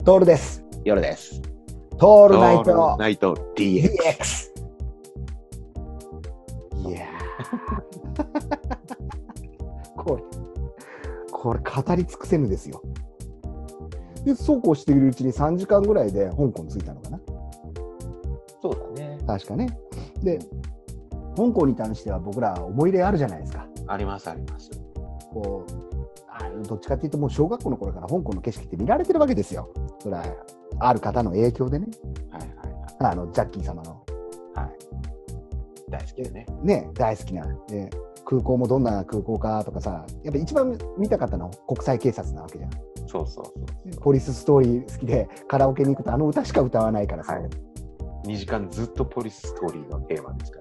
トールです。 夜です。 トールナイトナイト DX。 いやこれ語り尽くせぬですよ。で、そうこうしているうちに3時間ぐらいで香港着いたのかな。 そうだね。 確かね。で、香港に関しては僕ら思い入れあるじゃないですか。 ありますあります。 こうどっちかっていうともう小学校の頃から香港の景色って見られてるわけですよ。それはある方の影響でね。 はいはいはい。 ジャッキー様の。 はい。大好きでね。 ね、大好きな。空港もどんな空港かとかさ、やっぱ一番見たかったのは国際警察なわけじゃん。 そうそうそう。 ポリスストーリー好きでカラオケに行くとあの歌しか歌わないからさ。 はい、2時間ずっとポリスストーリーのテーマですから。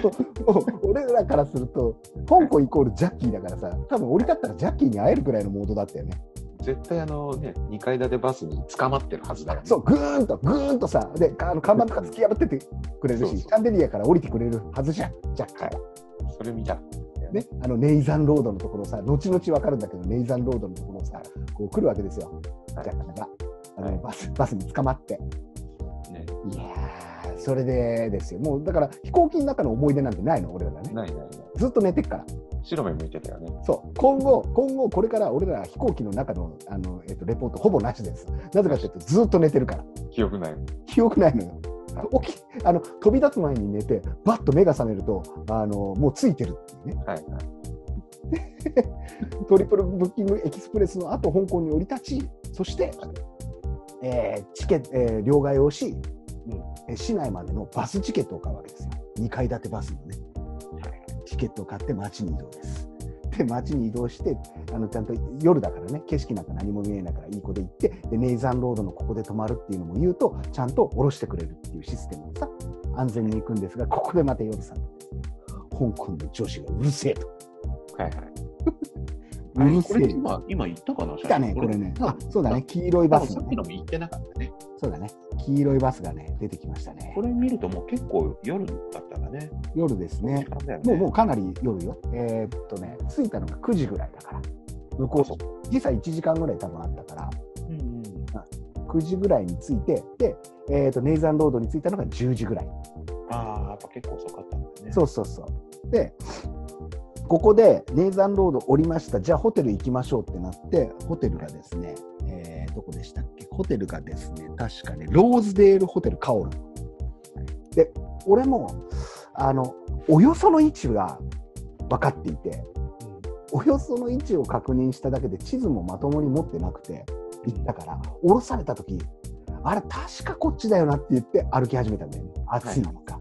もう俺らからすると香港イコールジャッキーだからさ、多分降り立ったらジャッキーに会えるくらいのモードだったよね。 絶対2階建てバスに捕まってるはずだよね。 そう、ぐーんとさ、で看板とか突き破っててくれるし、シャンデリアから降りてくれるはずじゃん、ジャッキーは。はい、 それ見た。 ね、ネイザンロードのところさ、後々わかるんだけど、ネイザンロードのところさ、こう来るわけですよ、ジャッキーが。バスに捕まって。ね、いやー、それでですよ。もうだから飛行機の中の思い出なんてないの、俺らね。 ない。 ずっと寝てっから。 白目向いてたよね。 そう。今後これから俺ら飛行機の中のレポートほぼなしです。なぜかというとずっと寝てるから。 記憶ないのよ。 飛び立つ前に寝てバッと目が覚めるともうついてるっていうね。はいはい。トリプルブッキングエキスプレスの後香港に降り立ち、そして、チケット、両替をし、市内までのバスチケットを買うわけですよ。2階建てバスのね。チケットを買って街に移動です。で、街に移動して、ちゃんと夜だからね、景色なんか何も見えないからいい子で行って、で、ネイザンロードのここで泊まるっていうのも言うと、ちゃんと降ろしてくれるっていうシステムをさ、安全に行くんですが、ここでまた夜さんですね、香港の女子がうるせえと。はいはい。 うるせえ。今言ったかな？ 来たね、これね。あ、そうだね、黄色いバス、ね。 さっきのも言ってなかったね。 そうだね、黄色いバスがね、出てきましたね。 これ見るともう結構夜だったんだね。 夜ですね。もうかなり夜よ。着いたのが9時ぐらいだから。向こう、時差1時間ぐらい多分あったから、9時ぐらいに着いて、で、ネイザンロードに着いたのが10時ぐらい。 ああ、やっぱ結構遅かったんだね。 そう。で、ここでネイザンロード降りました。じゃあホテル行きましょうってなって、ホテルがですね、どこでしたっけ？ホテルがですね、確かね、ローズデールホテルカオル。で、俺も、およその位置が分かっていて、およその位置を確認しただけで地図もまともに持ってなくて行ったから、降ろされた時、あれ確かこっちだよなって言って歩き始めたんだよね。暑いのか。